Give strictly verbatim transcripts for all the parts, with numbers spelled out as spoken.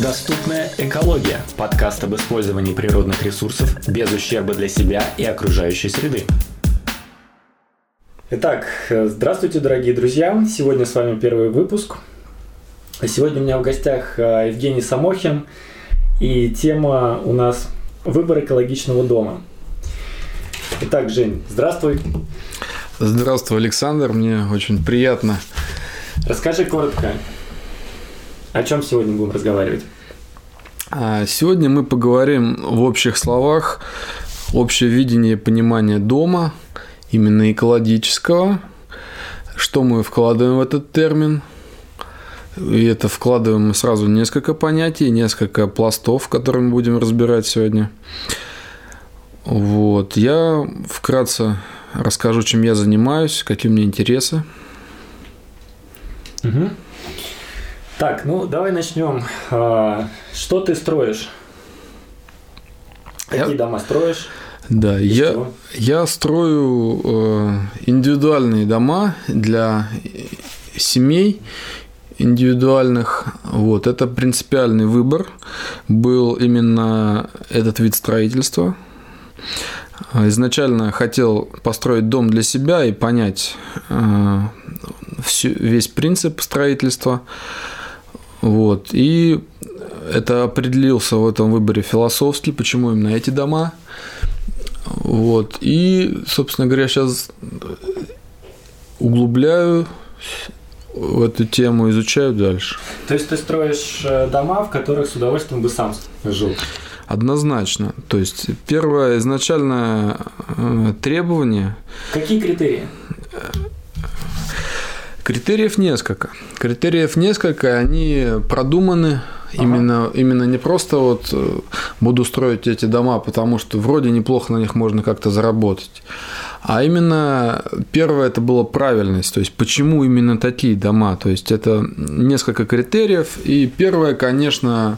Доступная экология. Подкаст об использовании природных ресурсов без ущерба для себя и окружающей среды. Итак, здравствуйте, дорогие друзья. Сегодня с вами первый выпуск. Сегодня у меня в гостях Евгений Самохин. И тема у нас «Выбор экологичного дома». Итак, Жень, здравствуй. Здравствуй, Александр. Мне очень приятно. Расскажи коротко, о чем сегодня будем разговаривать? Сегодня мы поговорим в общих словах общее видение и понимание дома, именно экологического, что мы вкладываем в этот термин. И это вкладываем мы сразу несколько понятий, несколько пластов, которые мы будем разбирать сегодня. Вот. Я вкратце расскажу, чем я занимаюсь, какие у меня интересы. Угу. Так, ну давай начнем. Что ты строишь? Какие я... дома строишь? Да, я, я строю э, индивидуальные дома для семей индивидуальных. Вот, это принципиальный выбор был именно этот вид строительства. Изначально хотел построить дом для себя и понять э, всю, весь принцип строительства. Вот. И это определился в этом выборе философски, почему именно эти дома. Вот. И, собственно говоря, сейчас углубляю в эту тему, изучаю дальше. То есть ты строишь дома, в которых с удовольствием бы сам жил? Однозначно. То есть первое изначальное требование. Какие критерии? Критериев несколько. Критериев несколько, они продуманы. Ага. Именно, именно не просто вот буду строить эти дома, потому что вроде неплохо на них можно как-то заработать. А именно первое это была правильность. То есть почему именно такие дома? То есть это несколько критериев. И первое, конечно,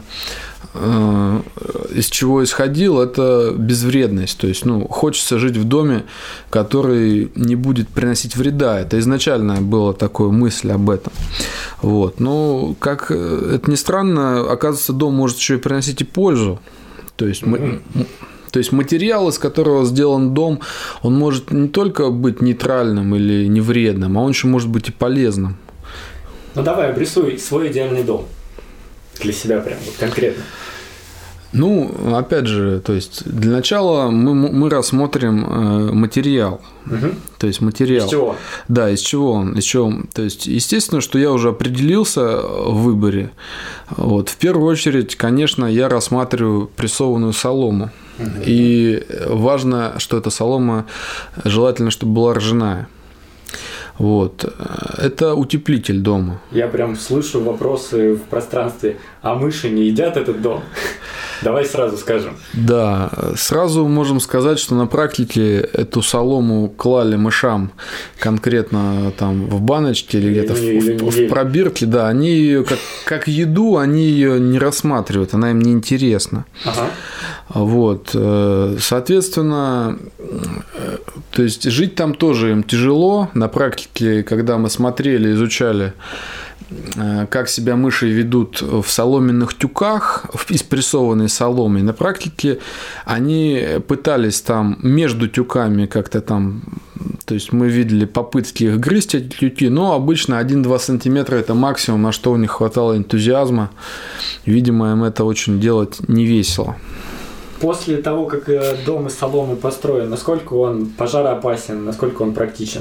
из чего исходил, это безвредность. То есть, ну, хочется жить в доме, который не будет приносить вреда. Это изначально была такая мысль об этом. Вот. Но, как это ни странно, оказывается, дом может еще и приносить и пользу. То есть, мы, то есть материал, из которого сделан дом, он может не только быть нейтральным или невредным, а он еще может быть и полезным. Ну давай, обрисуй свой идеальный дом. Для себя прям вот конкретно. Ну, опять же, то есть для начала мы, мы рассмотрим материал. Угу. То есть материал. Из чего? Да, из чего он? Из чего? То есть, естественно, что я уже определился в выборе. Вот. В первую очередь, конечно, я рассматриваю прессованную солому. Угу. И важно, что эта солома желательно, чтобы была ржаная. Вот. Это утеплитель дома. Я прям слышу вопросы в пространстве. А мыши не едят этот дом? Давай сразу скажем. Да, сразу можем сказать, что на практике эту солому клали мышам конкретно там в баночке или, или где-то не, в, или в, в пробирке. Да, они ее как, как еду, они ее не рассматривают, она им не интересна. Ага. Вот, соответственно, то есть жить там тоже им тяжело. На практике, когда мы смотрели, изучали, как себя мыши ведут в соломенных тюках из прессованной соломы, на практике они пытались там между тюками как-то там, то есть мы видели попытки их грызть, эти тюки, но обычно один-два сантиметра это максимум, на что у них хватало энтузиазма. Видимо, им это очень делать не весело. После того, как дом из соломы построен, насколько он пожароопасен, насколько он практичен?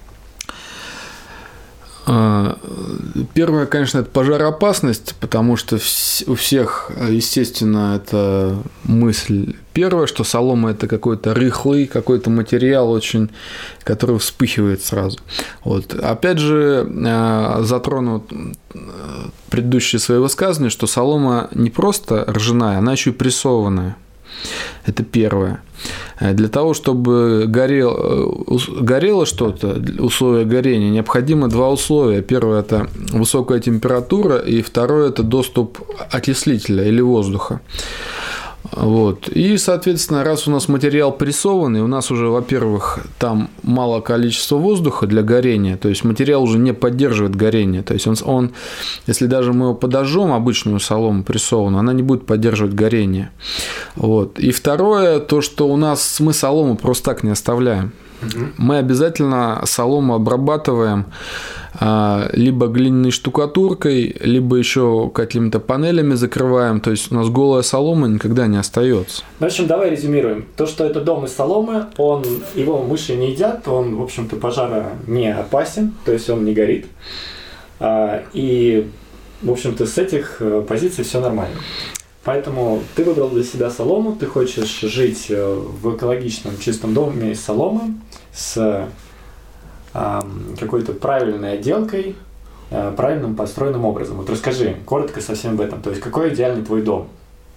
Первое, конечно, это пожароопасность, потому что у всех, естественно, это мысль первая, что солома – это какой-то рыхлый, какой-то материал, очень, который вспыхивает сразу. Вот. Опять же, затрону предыдущие свои высказывания, что солома не просто ржаная, она еще и прессованная. Это первое. Для того, чтобы горело, горело что-то, условия горения, необходимо два условия. Первое – это высокая температура, и второе – это доступ окислителя или воздуха. Вот. И, соответственно, раз у нас материал прессованный, у нас уже, во-первых, там мало количества воздуха для горения, то есть материал уже не поддерживает горение. То есть он, он если даже мы его подожжем, обычную солому прессованную, она не будет поддерживать горение. Вот. И второе, то, что у нас мы солому просто так не оставляем. Мы обязательно солому обрабатываем а, либо глиняной штукатуркой, либо еще какими-то панелями закрываем. То есть у нас голая солома никогда не остается. В общем, давай резюмируем. То, что это дом из соломы, он, его мыши не едят, он, в общем-то, пожара не опасен, то есть он не горит. А, и, в общем-то, с этих позиций все нормально. Поэтому ты выбрал для себя солому, ты хочешь жить в экологичном чистом доме из соломы с э, какой-то правильной отделкой, э, правильным построенным образом. Вот расскажи коротко совсем об этом. То есть, какой идеальный твой дом?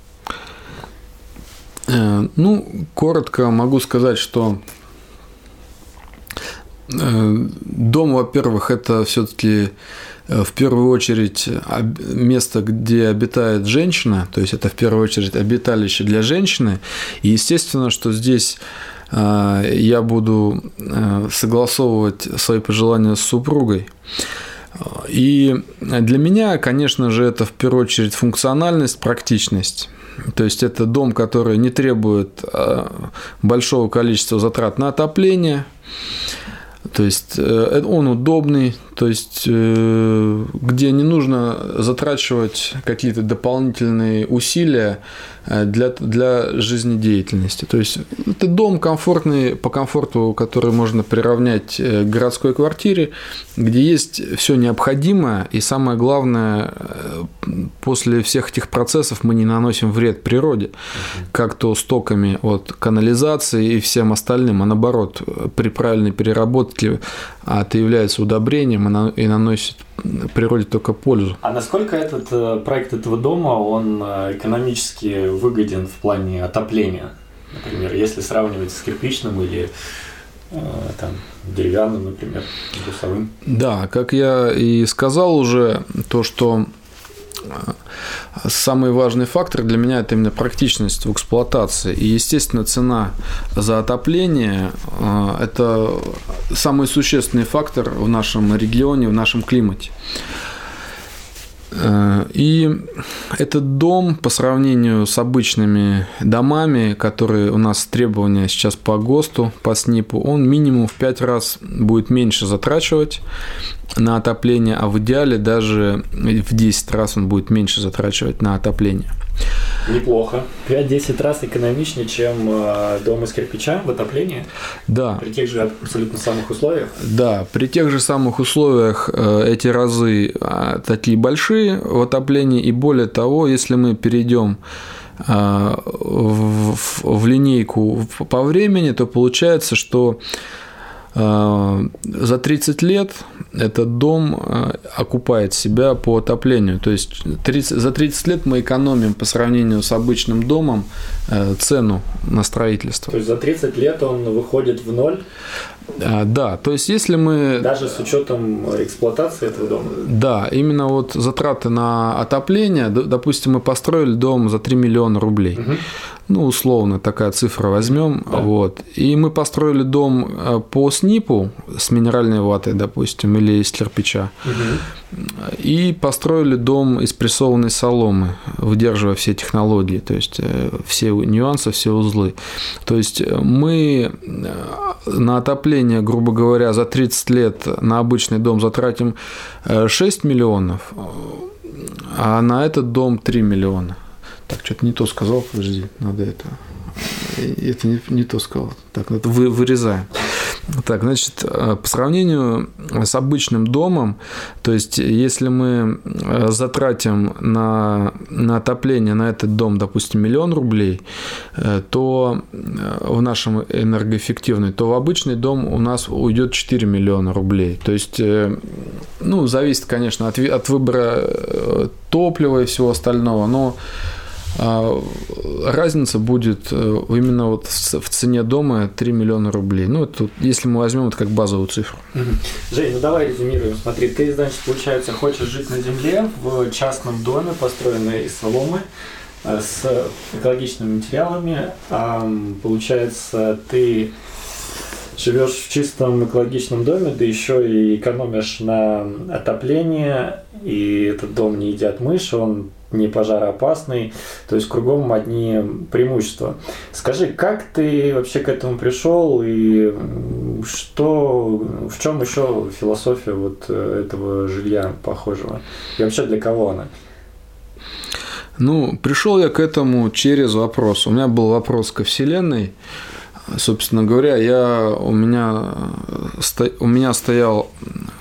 Ну, коротко могу сказать, что дом, во-первых, это все-таки в первую очередь место, где обитает женщина, то есть это в первую очередь обиталище для женщины. И естественно, что здесь я буду согласовывать свои пожелания с супругой. И для меня, конечно же, это в первую очередь функциональность, практичность. То есть это дом, который не требует большого количества затрат на отопление. То есть он удобный, то есть где не нужно затрачивать какие-то дополнительные усилия для, для жизнедеятельности. То есть это дом комфортный, по комфорту, который можно приравнять к городской квартире, где есть все необходимое, и самое главное, после всех этих процессов мы не наносим вред природе, как то стоками от канализации и всем остальным, а наоборот, при правильной переработке это является удобрением и наносит природе только пользу. А насколько этот проект этого дома, он экономически выгоден в плане отопления? Например, если сравнивать с кирпичным или там, деревянным, например, брусовым? Да, как я и сказал уже, то, что самый важный фактор для меня – это именно практичность в эксплуатации. И, естественно, цена за отопление – это самый существенный фактор в нашем регионе, в нашем климате. И этот дом по сравнению с обычными домами, которые у нас требования сейчас по ГОСТу, по СНИПу, он минимум в пять раз будет меньше затрачивать на отопление, а в идеале даже в десять раз он будет меньше затрачивать на отопление. Неплохо. пять-десять раз экономичнее, чем дом из кирпича в отоплении? Да. При тех же абсолютно самых условиях? Да, при тех же самых условиях эти разы такие большие в отоплении, и более того, если мы перейдем в, в линейку по времени, то получается, что за тридцать лет этот дом окупает себя по отоплению. То есть тридцать, за тридцать лет мы экономим по сравнению с обычным домом цену на строительство. То есть за тридцать лет он выходит в ноль? Да, то есть если мы… Даже с учетом эксплуатации этого дома? Да, именно вот затраты на отопление, допустим, мы построили дом за три миллиона рублей. Угу. Ну, условно, такая цифра возьмем. Да. Вот. И мы построили дом по СНИПу с минеральной ватой, допустим, или из кирпича. Угу. И построили дом из прессованной соломы, выдерживая все технологии, то есть все нюансы, все узлы. То есть мы на отопление, грубо говоря, за тридцать лет на обычный дом затратим шесть миллионов, а на этот дом три миллиона. Так, что-то не то сказал, подожди, надо это. Это не, не то сказал. Так, это вы, вырезаем. Так, значит, по сравнению с обычным домом, то есть, если мы затратим на, на отопление на этот дом, допустим, миллион рублей, то в нашем энергоэффективный, то в обычный дом у нас уйдет четыре миллиона рублей. То есть, ну, зависит, конечно, от, от выбора топлива и всего остального, но разница будет именно вот в цене дома три миллиона рублей. Ну, это, если мы возьмем это как базовую цифру. Жень, ну давай резюмируем. Смотри, ты, значит, получается, хочешь жить на земле в частном доме, построенном из соломы, с экологичными материалами. Получается, ты живешь в чистом экологичном доме, да еще и экономишь на отопление, и этот дом не едят мыши, он не пожароопасный, то есть кругом одни преимущества. Скажи, как ты вообще к этому пришел, и что, в чем еще философия вот этого жилья похожего? И вообще для кого она? Ну, пришел я к этому через вопрос. У меня был вопрос ко Вселенной. Собственно говоря, я, у, меня, у, меня стоял,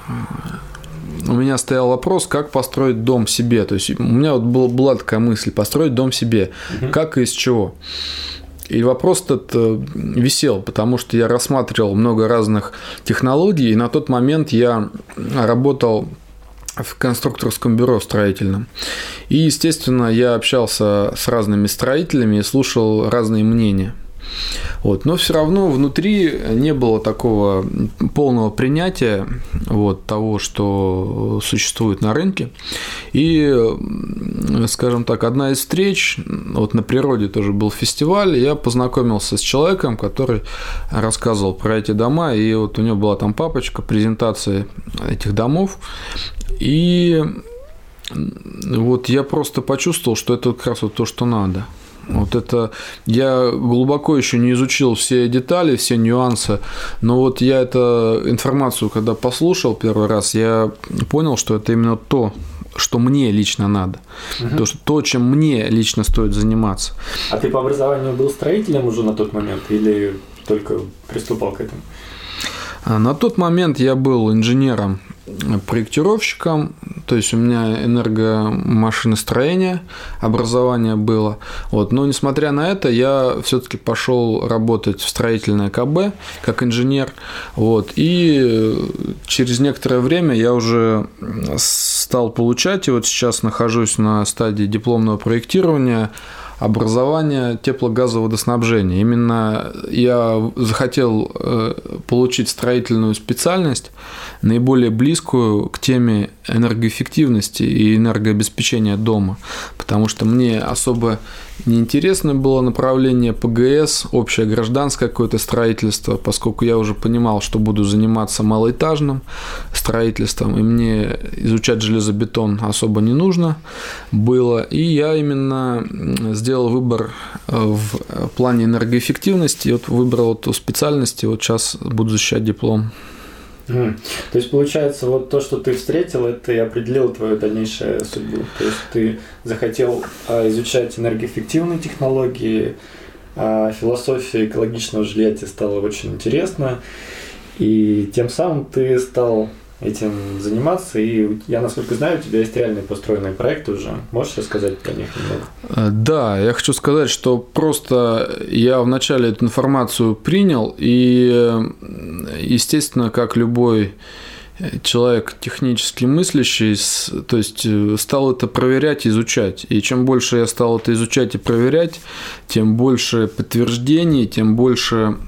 у меня стоял вопрос, как построить дом себе. То есть у меня вот был, была такая мысль построить дом себе. Угу. Как и из чего. И вопрос этот висел, потому что я рассматривал много разных технологий, и на тот момент я работал в конструкторском бюро строительном. И, естественно, я общался с разными строителями и слушал разные мнения. Вот. Но все равно внутри не было такого полного принятия вот, того, что существует на рынке. И, скажем так, одна из встреч, вот на природе тоже был фестиваль, и я познакомился с человеком, который рассказывал про эти дома, и вот у него была там папочка презентации этих домов. И вот я просто почувствовал, что это как раз вот то, что надо. Вот это я глубоко еще не изучил все детали, все нюансы, но вот я эту информацию, когда послушал первый раз, я понял, что это именно то, что мне лично надо, угу. то, что, то, чем мне лично стоит заниматься. А ты по образованию был строителем уже на тот момент или только приступал к этому? На тот момент я был инженером, проектировщиком, то есть у меня энергомашиностроение образование было. Вот. Но несмотря на это, я все-таки пошел работать в строительное ка бэ как инженер. Вот. И через некоторое время я уже стал получать, и вот сейчас нахожусь на стадии дипломного проектирования образования теплогазоводоснабжения. Именно я захотел получить строительную специальность, наиболее близкую к теме энергоэффективности и энергообеспечения дома, потому что мне особо неинтересно было направление пэ гэ эс, общее гражданское какое-то строительство, поскольку я уже понимал, что буду заниматься малоэтажным строительством, и мне изучать железобетон особо не нужно было, и я именно сделал выбор в плане энергоэффективности, и вот выбрал эту специальность, и вот сейчас буду защищать диплом. Mm. То есть, получается, вот то, что ты встретил, это и определило твою дальнейшую судьбу. То есть, ты захотел а, изучать энергоэффективные технологии, а, философия экологичного жилья тебе стала очень интересна, и тем самым ты стал этим заниматься, и я, насколько знаю, у тебя есть реальные построенные проекты уже. Можешь рассказать про них немного? Да, я хочу сказать, что просто я вначале эту информацию принял, и, естественно, как любой человек технически мыслящий, то есть стал это проверять и изучать. И чем больше я стал это изучать и проверять, тем больше подтверждений, тем больше,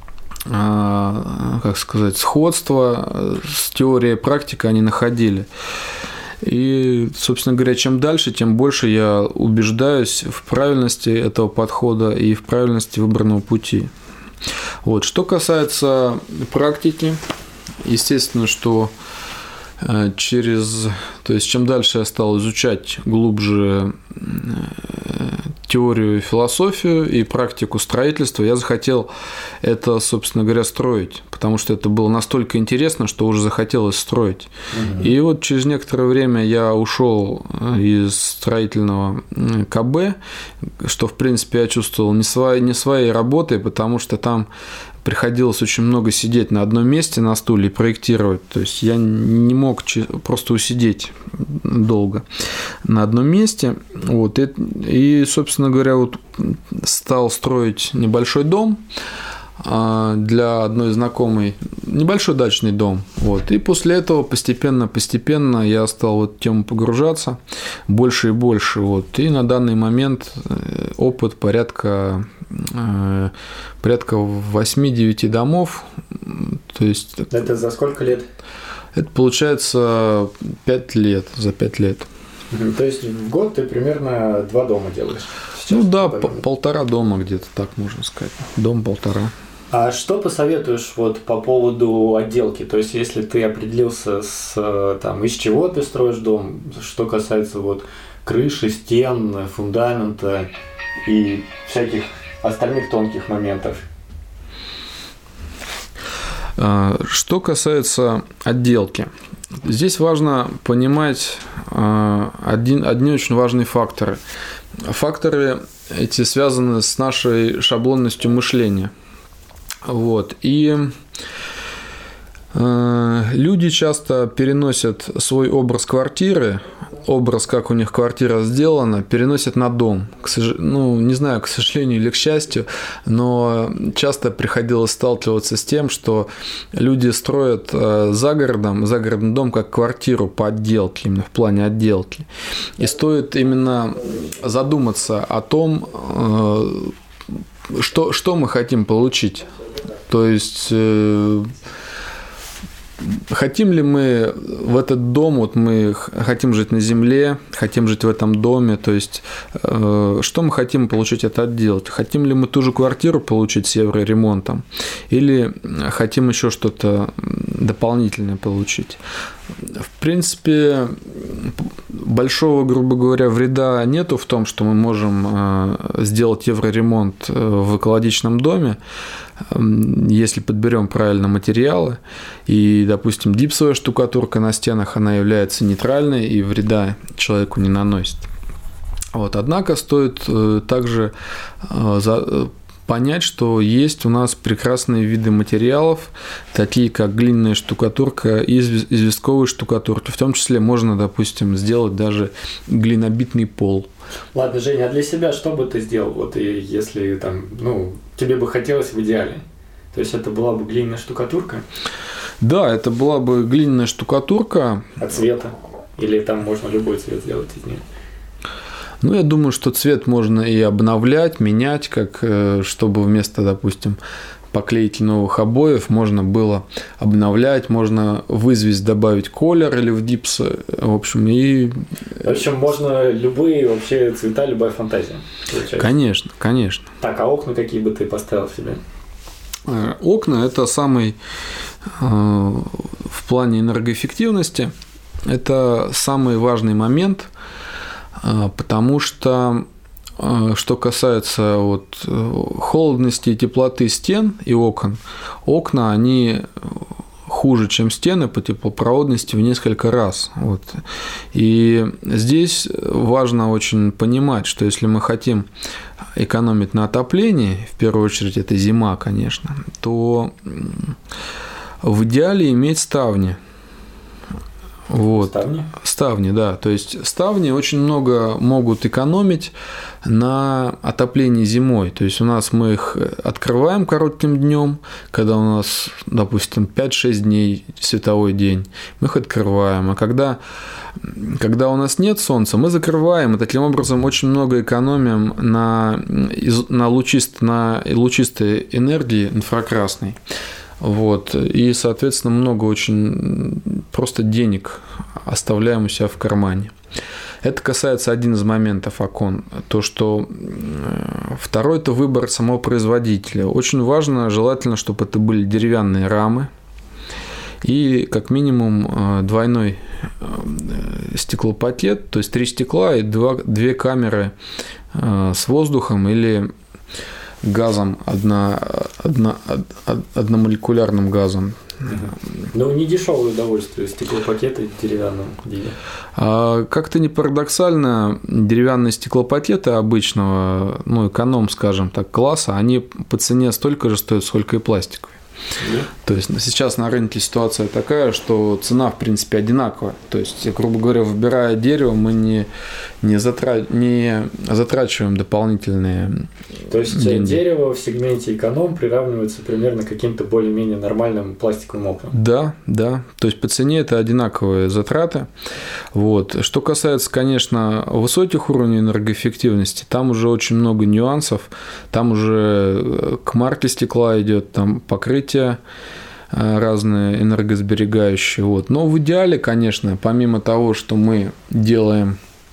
как сказать, сходства с теорией и практикой они находили. И, собственно говоря, чем дальше, тем больше я убеждаюсь в правильности этого подхода и в правильности выбранного пути. Вот. Что касается практики, естественно, что через, то есть чем дальше я стал изучать глубже теорию и философию и практику строительства, я захотел это, собственно говоря, строить, потому что это было настолько интересно, что уже захотелось строить. Угу. И вот через некоторое время я ушел из строительного ка бэ, что, в принципе, я чувствовал не своей, не своей работой, потому что там приходилось очень много сидеть на одном месте на стуле и проектировать. То есть я не мог просто усидеть долго на одном месте. Вот. И, и, собственно говоря, вот стал строить небольшой дом для одной знакомой, небольшой дачный дом. Вот. И после этого постепенно-постепенно я стал в эту тему погружаться больше и больше. Вот. И на данный момент опыт порядка порядка восемь-девять домов. То есть, это за сколько лет? Это получается пять лет, за пять лет. То есть в год ты примерно два дома делаешь? Ну да, полтора дома где-то, так можно сказать. Дом полтора. А что посоветуешь вот по поводу отделки? То есть, если ты определился с там, из чего ты строишь дом, что касается вот крыши, стен, фундамента и всяких остальных тонких моментов. Что касается отделки, здесь важно понимать один, одни очень важные факторы. Факторы эти связаны с нашей шаблонностью мышления. Вот. И э, люди часто переносят свой образ квартиры, образ, как у них квартира сделана, переносят на дом. К сож... Ну, не знаю, к сожалению или к счастью, но часто приходилось сталкиваться с тем, что люди строят э, за городом, загородный дом как квартиру по отделке, именно в плане отделки. И стоит именно задуматься о том, э, что, что мы хотим получить. То есть, э, хотим ли мы в этот дом, вот мы хотим жить на земле, хотим жить в этом доме, то есть, э, что мы хотим получить от отделки? Хотим ли мы ту же квартиру получить с евроремонтом, или хотим еще что-то дополнительное получить? В принципе, большого, грубо говоря, вреда нету в том, что мы можем сделать евроремонт в экологичном доме, если подберем правильно материалы. И, допустим, гипсовая штукатурка на стенах, она является нейтральной и вреда человеку не наносит. Вот. Однако стоит также понять, что есть у нас прекрасные виды материалов, такие как глиняная штукатурка и известковые штукатурки. В том числе можно, допустим, сделать даже глинобитный пол. Ладно, Женя, а для себя что бы ты сделал, вот и если там, ну, тебе бы хотелось в идеале? То есть это была бы глиняная штукатурка? Да, это была бы глиняная штукатурка. А цвета? Или там можно любой цвет сделать из нее? Ну, я думаю, что цвет можно и обновлять, менять, как, чтобы вместо, допустим, поклейки новых обоев можно было обновлять, можно в известь добавить колер или в гипс, в общем, и... В общем, можно любые вообще цвета, любая фантазия. Получается. Конечно, конечно. Так, а окна какие бы ты поставил себе? Окна – это самый, в плане энергоэффективности, это самый важный момент, потому что, что касается вот холодности и теплоты стен и окон, окна, они хуже, чем стены по теплопроводности в несколько раз. Вот. И здесь важно очень понимать, что если мы хотим экономить на отоплении, в первую очередь это зима, конечно, то в идеале иметь ставни. Вот. Ставни? Ставни, да. То есть ставни очень много могут экономить на отоплении зимой. То есть у нас мы их открываем коротким днем, когда у нас, допустим, пять-шесть дней световой день, мы их открываем. А когда, когда у нас нет солнца, мы закрываем. И таким образом очень много экономим на, на, лучист, на лучистой энергии инфракрасной. Вот. И, соответственно, много очень просто денег оставляем у себя в кармане. Это касается один из моментов окон. То, что второй – это выбор самого производителя. Очень важно, желательно, чтобы это были деревянные рамы и как минимум двойной стеклопакет, то есть три стекла и два, две камеры с воздухом или газом, одно, одно, одномолекулярным газом. Ну, не дешевое удовольствие, стеклопакеты в деревянном виде. А, как-то не парадоксально, деревянные стеклопакеты обычного, ну, эконом, скажем так, класса, они по цене столько же стоят, сколько и пластиковые. Да. То есть сейчас на рынке ситуация такая, что цена в принципе одинаковая. То есть, грубо говоря, выбирая дерево, мы не, не, затра... не затрачиваем дополнительные То есть деньги. Дерево в сегменте эконом приравнивается примерно к каким-то более-менее нормальным пластиковым окнам. Да, да. То есть по цене это одинаковые затраты. Вот. Что касается, конечно, высоких уровней энергоэффективности, там уже очень много нюансов. Там уже к марке стекла идет там покрытие разные энергосберегающие. Вот. Но в идеале, конечно, помимо того, что мы делаем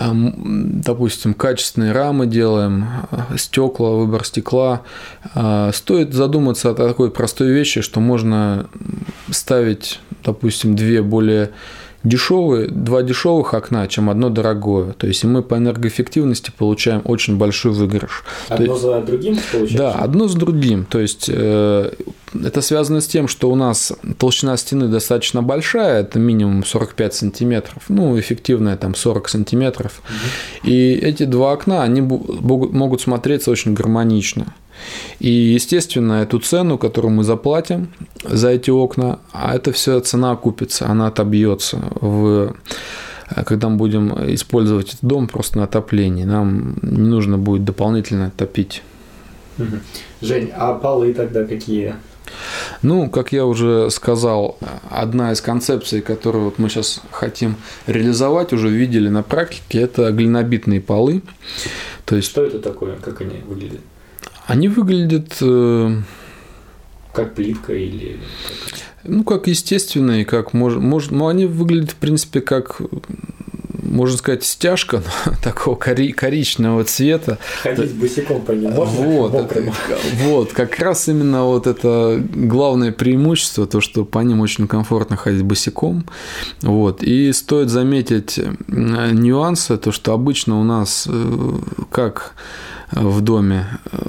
допустим, качественные рамы делаем, стекла, выбор стекла, стоит задуматься о такой простой вещи, что можно ставить, допустим, две более дешевые, два дешевых окна, чем одно дорогое. То есть мы по энергоэффективности получаем очень большой выигрыш. Одно есть, за другим получается? Да, одно за другим. То есть э, это связано с тем, что у нас толщина стены достаточно большая, это минимум сорок пять сантиметров, ну, эффективная там сорок сантиметров. Угу. И эти два окна, они могут смотреться очень гармонично. И, естественно, эту цену, которую мы заплатим за эти окна, а это все цена окупится, она отобьется, в... когда мы будем использовать этот дом просто на отопление. Нам не нужно будет дополнительно топить. Жень, а полы тогда какие? Ну, как я уже сказал, одна из концепций, которую вот мы сейчас хотим реализовать, уже видели на практике, это глинобитные полы. То есть... Что это такое? Как они выглядят? Они выглядят... Как плитка или... Ну, как естественные, как может, может, ну, они выглядят, в принципе, как, можно сказать, стяжка такого кори, коричневого цвета. Ходить босиком по ним можно? Вот, это, вот, как раз именно вот это главное преимущество, то, что по ним очень комфортно ходить босиком. Вот. И стоит заметить нюансы, то, что обычно у нас, как в доме,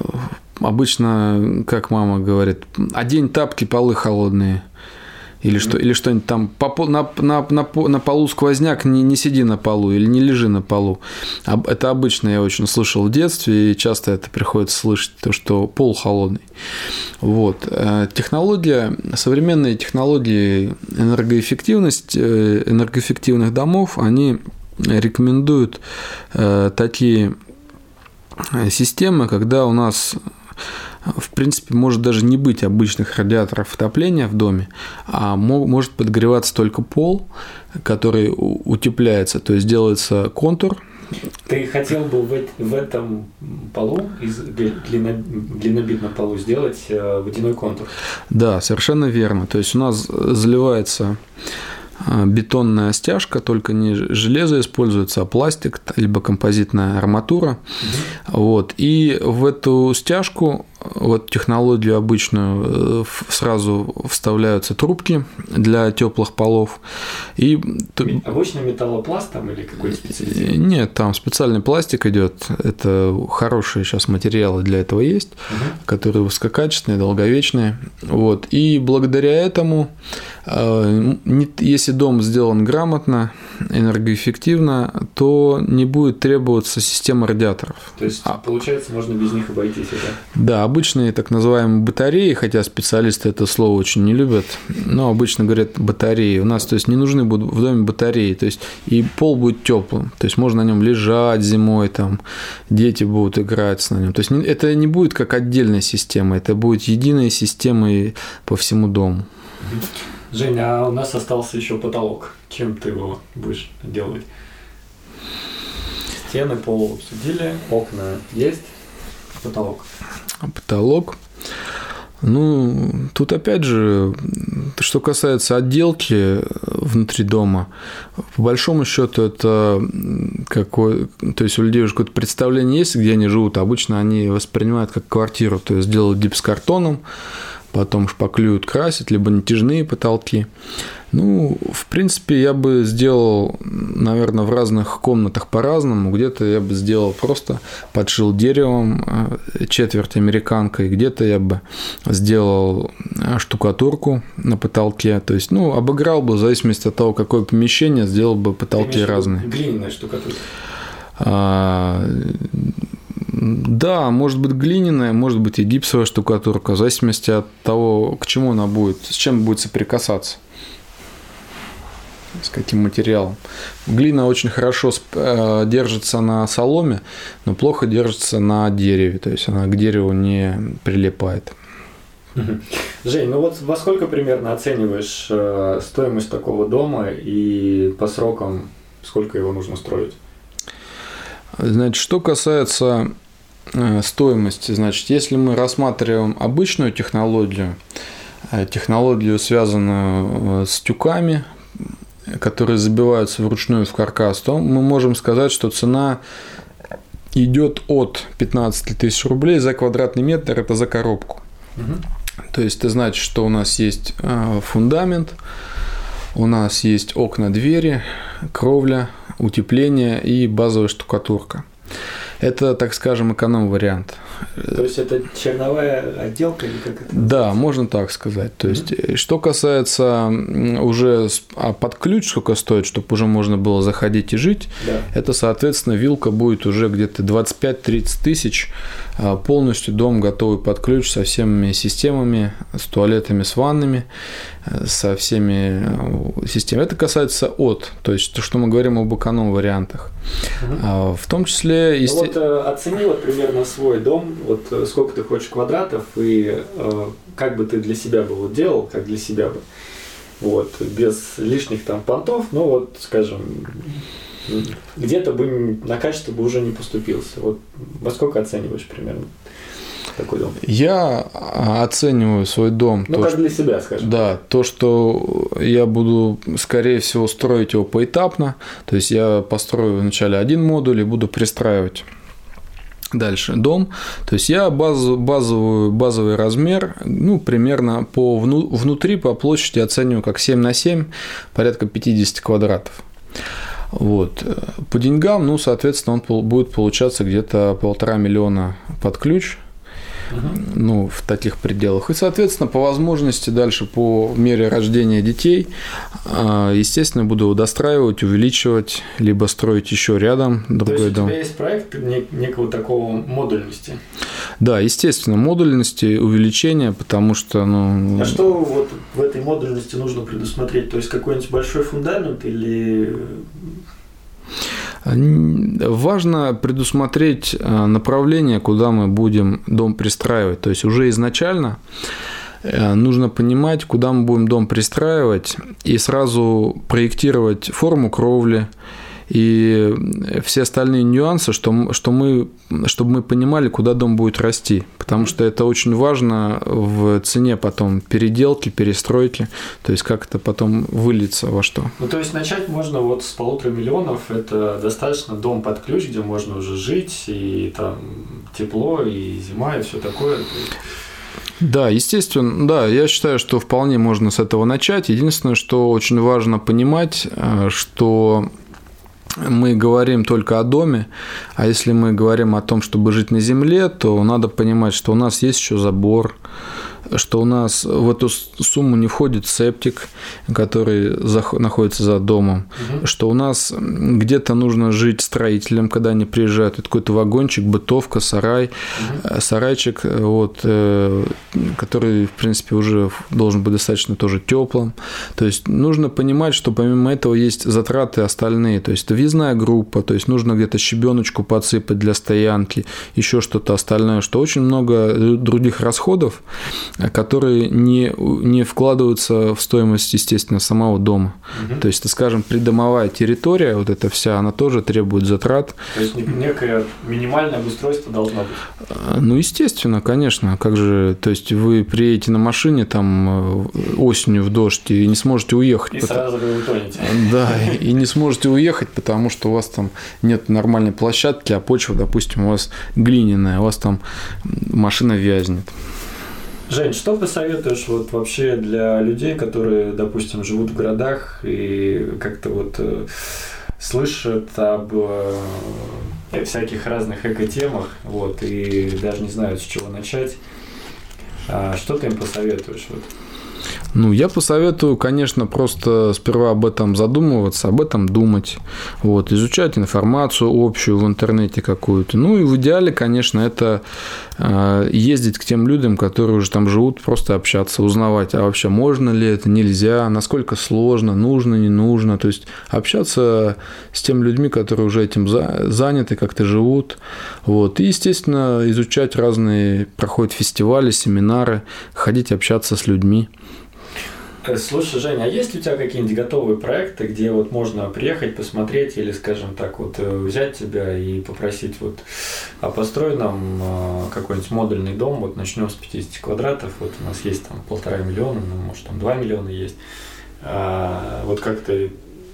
обычно, как мама говорит, одень тапки, полы холодные. Или, что, или что-нибудь там, на, на, на, на полу сквозняк, не, не сиди на полу или не лежи на полу. Это обычно я очень слышал в детстве, и часто это приходится слышать, то, что пол холодный. Вот. Технология, современные технологии энергоэффективности, энергоэффективных домов, они рекомендуют такие системы, когда у нас... В принципе, может даже не быть обычных радиаторов отопления в доме, а может подогреваться только пол, который утепляется, то есть делается контур. Ты хотел бы в, в этом полу, из глинобитном полу, сделать водяной контур? Да, совершенно верно. То есть у нас заливается бетонная стяжка, только не железо используется, а пластик, либо композитная арматура. Угу. Вот. И в эту стяжку, вот технологию обычную, сразу вставляются трубки для теплых полов. И... Обычный металлопласт там или какой-то специальный? Нет, там специальный пластик идет. Это хорошие сейчас материалы для этого есть, угу. которые высококачественные, долговечные. Вот. И благодаря этому, если дом сделан грамотно, энергоэффективно, то не будет требоваться система радиаторов. То есть, а, получается, можно без них обойтись, да? Да, обычные так называемые батареи, хотя специалисты это слово очень не любят, но обычно говорят батареи. У нас, то есть, не нужны будут в доме батареи, то есть, и пол будет теплым, то есть, можно на нем лежать зимой, там, дети будут играть на нем. То есть, это не будет как отдельная система, это будет единая система по всему дому. Женя, а у нас остался еще потолок. Чем ты его будешь делать? Стены, пол обсудили, окна есть, потолок. Потолок. Ну, тут опять же, что касается отделки внутри дома, по большому счету это какое, то есть у людей уже какое-то представление есть, где они живут. Обычно они воспринимают как квартиру, то есть делают гипсокартоном, потом шпаклюют, красят, либо натяжные потолки. Ну, в принципе, я бы сделал, наверное, в разных комнатах по-разному. Где-то я бы сделал просто, подшил деревом четверть американкой, где-то я бы сделал штукатурку на потолке. То есть, ну, обыграл бы в зависимости от того, какое помещение, сделал бы потолки разные. Глиняная штукатурка? А, да, может быть глиняная, может быть и гипсовая штукатурка, в зависимости от того, к чему она будет, с чем будет соприкасаться, с каким материалом. Глина очень хорошо держится на соломе, но плохо держится на дереве, то есть она к дереву не прилипает. Жень, ну вот во сколько примерно оцениваешь стоимость такого дома и по срокам сколько его нужно строить? Значит, что касается стоимости, значит, если мы рассматриваем обычную технологию, технологию, связанную с тюками, которые забиваются вручную в каркас, то мы можем сказать, что цена идет от пятнадцати тысяч рублей за квадратный метр, это за коробку. Угу. То есть это значит, что у нас есть фундамент, у нас есть окна, двери, кровля, утепление и базовая штукатурка. Это, так скажем, эконом-вариант. То есть это черновая отделка или как это? Да, можно так сказать. То есть, mm-hmm. что касается уже а под ключ, сколько стоит, чтобы уже можно было заходить и жить, да. Это, соответственно, вилка будет уже где-то двадцать пять - тридцать тысяч, полностью дом готовый под ключ со всеми системами, с туалетами, с ваннами, со всеми системами. Это касается от, то есть то, что мы говорим об эконом-вариантах. Mm-hmm. В том числе... Есте... Ну, вот оцени вот примерно свой дом, вот сколько ты хочешь квадратов и э, как бы ты для себя бы вот делал, как для себя бы, вот, без лишних там понтов, ну вот, скажем, где-то бы на качество бы уже не поступился. Вот во сколько оцениваешь примерно такой дом? Я оцениваю свой дом. Ну, то, как что, для себя, скажем. Да, то, что я буду, скорее всего, строить его поэтапно. То есть я построю вначале один модуль и буду пристраивать дальше дом. То есть я баз, базовую, базовый размер, ну, примерно по вну, внутри по площади оцениваю как семь на семь, порядка пятьдесят квадратов. Вот. По деньгам, ну, соответственно, он будет получаться где-то полтора миллиона под ключ. Uh-huh. Ну, в таких пределах. И, соответственно, по возможности дальше, по мере рождения детей, естественно, буду достраивать, увеличивать, либо строить еще рядом другой То есть дом. У тебя есть проект некого такого модульности? Да, естественно, модульности, увеличения, потому что, ну... А что вот в этой модульности нужно предусмотреть? То есть какой-нибудь большой фундамент или... Важно предусмотреть направление, куда мы будем дом пристраивать. То есть уже изначально нужно понимать, куда мы будем дом пристраивать, и сразу проектировать форму кровли и все остальные нюансы, что, что мы, чтобы мы понимали, куда дом будет расти. Потому что это очень важно в цене потом переделки, перестройки, то есть как это потом выльется во что. Ну, то есть начать можно вот с полутора миллионов, это достаточно дом под ключ, где можно уже жить, и там тепло, и зима, и все такое. Да, естественно, да, я считаю, что вполне можно с этого начать. Единственное, что очень важно понимать, что мы говорим только о доме, а если мы говорим о том, чтобы жить на земле, то надо понимать, что у нас есть еще забор, что у нас в эту сумму не входит септик, который находится за домом, угу. что у нас где-то нужно жить строителям, когда они приезжают, это какой-то вагончик, бытовка, сарай, угу. сарайчик, вот, который, в принципе, уже должен быть достаточно тоже теплым. То есть нужно понимать, что помимо этого есть затраты остальные, то есть это въездная группа, то есть нужно где-то щебеночку подсыпать для стоянки, еще что-то остальное, что очень много других расходов, которые не, не вкладываются в стоимость, естественно, самого дома. Угу. То есть, это, скажем, придомовая территория, вот эта вся, она тоже требует затрат. То есть, некое минимальное обустройство должно быть? Ну, естественно, конечно. Как же, то есть, вы приедете на машине там осенью в дождь и не сможете уехать. И потому... сразу вы утонете. Да, и не сможете уехать, потому что у вас там нет нормальной площадки, а почва, допустим, у вас глиняная, у вас там машина вязнет. Жень, что посоветуешь вот вообще для людей, которые, допустим, живут в городах и как-то вот э, слышат об э, всяких разных эко-темах, вот, и даже не знают, с чего начать? А что ты им посоветуешь? Вот? Ну, я посоветую, конечно, просто сперва об этом задумываться, об этом думать, вот, изучать информацию общую в интернете какую-то. Ну, и в идеале, конечно, это ездить к тем людям, которые уже там живут, просто общаться, узнавать, а вообще можно ли это, нельзя, насколько сложно, нужно, не нужно. То есть общаться с теми людьми, которые уже этим заняты, как-то живут. Вот. И, естественно, изучать разные, проходят фестивали, семинары, ходить общаться с людьми. Слушай, Женя, а есть ли у тебя какие-нибудь готовые проекты, где вот можно приехать, посмотреть или, скажем так, вот взять тебя и попросить вот, а построй нам какой-нибудь модульный дом, вот начнем с пятидесяти квадратов, вот у нас есть там полтора миллиона, ну, может там два миллиона есть, а, вот как ты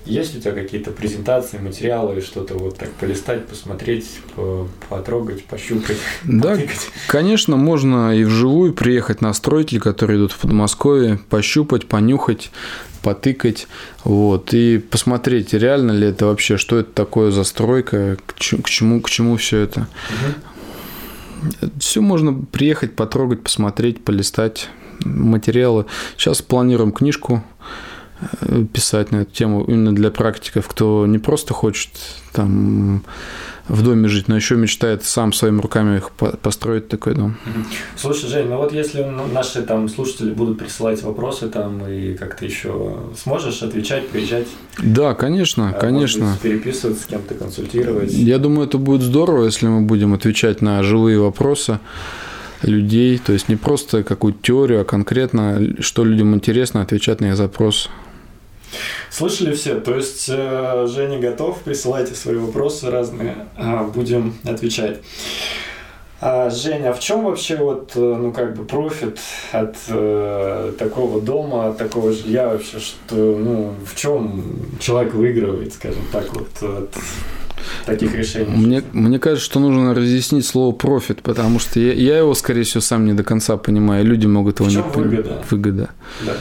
есть у тебя какие-то презентации, материалы, что-то вот так полистать, посмотреть, потрогать, пощупать? Да, потыкать? Конечно, можно и вживую приехать на строители, которые идут в Подмосковье, пощупать, понюхать, потыкать, вот, и посмотреть, реально ли это вообще, что это такое за стройка, к чему, к чему все это. Угу. Все можно приехать, потрогать, посмотреть, полистать материалы. Сейчас планируем книжку писать на эту тему именно для практиков, кто не просто хочет там в доме жить, но еще мечтает сам своими руками построить такой дом. Слушай, Жень, ну вот если наши там слушатели будут присылать вопросы там и как-то еще сможешь отвечать, приезжать? Да, конечно, конечно. Может быть, переписываться с кем-то, консультировать? Я думаю, это будет здорово, если мы будем отвечать на живые вопросы людей, то есть не просто какую-то теорию, а конкретно, что людям интересно, отвечать на их запрос. Слышали все? То есть Женя готов, присылайте свои вопросы разные, будем отвечать. Женя, а в чем вообще вот, ну, как бы профит от э, такого дома, от такого жилья вообще, что, ну, в чем человек выигрывает, скажем так, вот от таких решений? Мне, мне кажется, что нужно разъяснить слово профит, потому что я, я его, скорее всего, сам не до конца понимаю, люди могут его в не понимать. Выгода? Выгода. Да.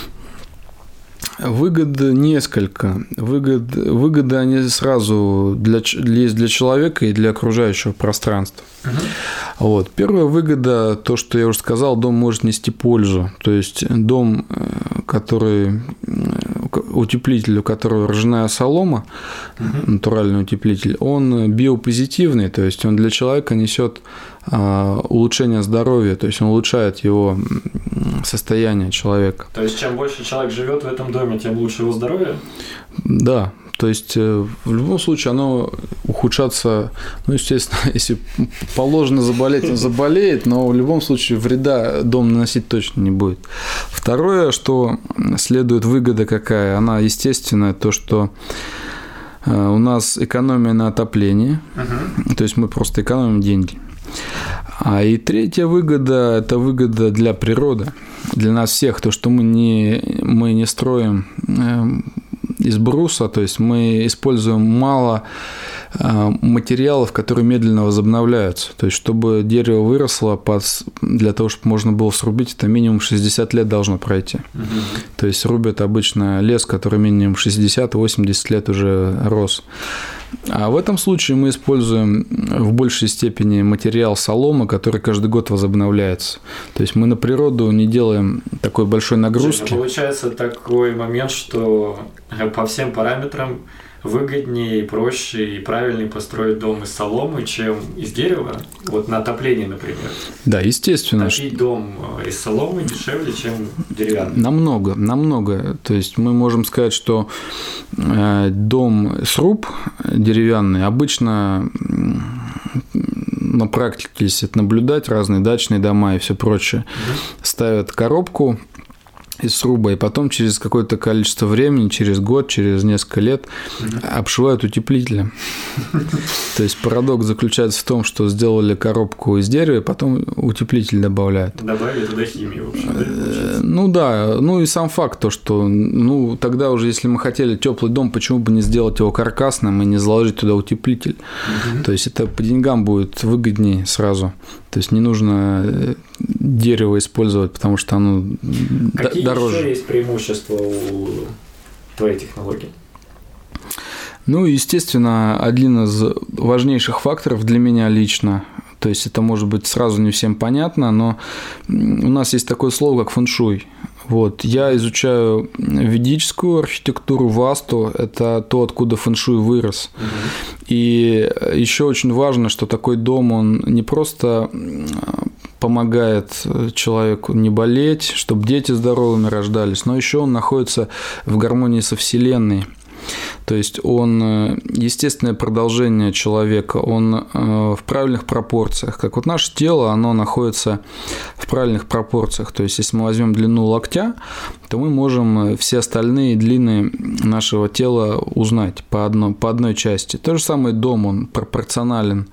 Выгод несколько. Выгод, выгоды они сразу для, есть для человека и для окружающего пространства. Uh-huh. Вот. Первая выгода, то, что я уже сказал, дом может нести пользу. То есть дом, который, утеплитель, у которого ржаная солома, uh-huh. натуральный утеплитель, он биопозитивный, то есть он для человека несет улучшение здоровья, то есть он улучшает его состояние человека. То есть чем больше человек живет в этом доме, тем лучше его здоровье? Да, то есть в любом случае оно ухудшаться, ну, естественно, если положено заболеть, он заболеет, но в любом случае вреда дом наносить точно не будет. Второе, что следует выгода какая, она естественная, то, что у нас экономия на отоплении, uh-huh. то есть мы просто экономим деньги. А и третья выгода – это выгода для природы, для нас всех, то, что мы не, мы не строим из бруса, то есть мы используем мало материалов, которые медленно возобновляются. То есть, чтобы дерево выросло, под, для того, чтобы можно было срубить, это минимум шестьдесят лет должно пройти. Угу. То есть, рубят обычно лес, который минимум шестьдесят-восемьдесят лет уже рос. А в этом случае мы используем в большей степени материал соломы, который каждый год возобновляется. То есть, мы на природу не делаем такой большой нагрузки. Слушай, получается такой момент, что по всем параметрам выгоднее, проще и правильнее построить дом из соломы, чем из дерева, вот на отопление, например. Да, естественно. Топить дом из соломы дешевле, чем деревянный. Намного, намного. То есть мы можем сказать, что дом сруб деревянный обычно на практике, если это наблюдать, разные дачные дома и все прочее, угу. ставят коробку из сруба, и потом через какое-то количество времени, через год, через несколько лет mm-hmm. обшивают утеплителем. То есть парадокс заключается в том, что сделали коробку из дерева, и потом утеплитель добавляют. Добавили туда химию, в общем, да? Ну да, ну и сам факт то, что ну тогда уже, если мы хотели теплый дом, почему бы не сделать его каркасным и не заложить туда утеплитель? Mm-hmm. То есть это по деньгам будет выгоднее сразу. То есть не нужно дерево использовать, потому что оно Какие дороже. Какие еще есть преимущества у твоей технологии? Ну, естественно, один из важнейших факторов для меня лично, то есть это может быть сразу не всем понятно, но у нас есть такое слово, как фэншуй. Вот. Я изучаю ведическую архитектуру, васту, это то, откуда фэншуй вырос. Угу. И еще очень важно, что такой дом, он не просто помогает человеку не болеть, чтобы дети здоровыми рождались, но еще он находится в гармонии со Вселенной. То есть он естественное продолжение человека, он в правильных пропорциях. Как вот наше тело, оно находится в правильных пропорциях. То есть если мы возьмем длину локтя, то мы можем все остальные длины нашего тела узнать по одной, по одной части. То же самое дом, он пропорционален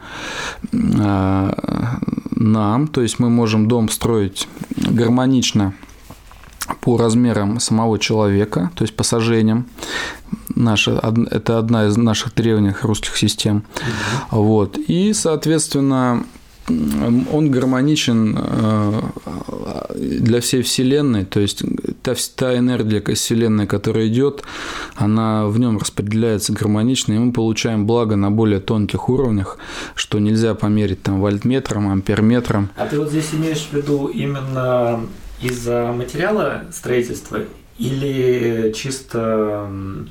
нам, то есть мы можем дом строить гармонично по размерам самого человека, то есть по сажениям. наша, это одна из наших древних русских систем. Mm-hmm. Вот. И, соответственно, он гармоничен для всей Вселенной, то есть та, та энергия Вселенной, которая идет, она в нем распределяется гармонично, и мы получаем благо на более тонких уровнях, что нельзя померить там вольтметром, амперметром. А ты вот здесь имеешь в виду именно из-за материала строительства или чисто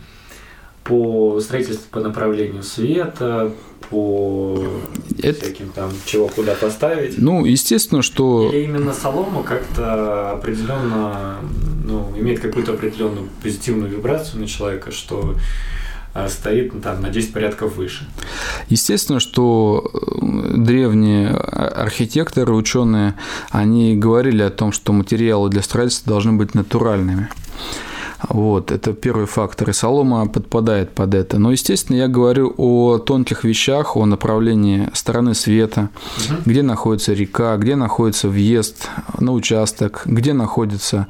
по строительству по направлению света, по это... всяким там, чего куда поставить? Ну, естественно, что... Или именно солома как-то определенно, ну, имеет какую-то определенную позитивную вибрацию на человека, что стоит там, на десять порядков выше. Естественно, что древние архитекторы, ученые, они говорили о том, что материалы для строительства должны быть натуральными. Вот, это первый фактор, и солома подпадает под это. Но, естественно, я говорю о тонких вещах, о направлении стороны света, угу. где находится река, где находится въезд на участок, где находится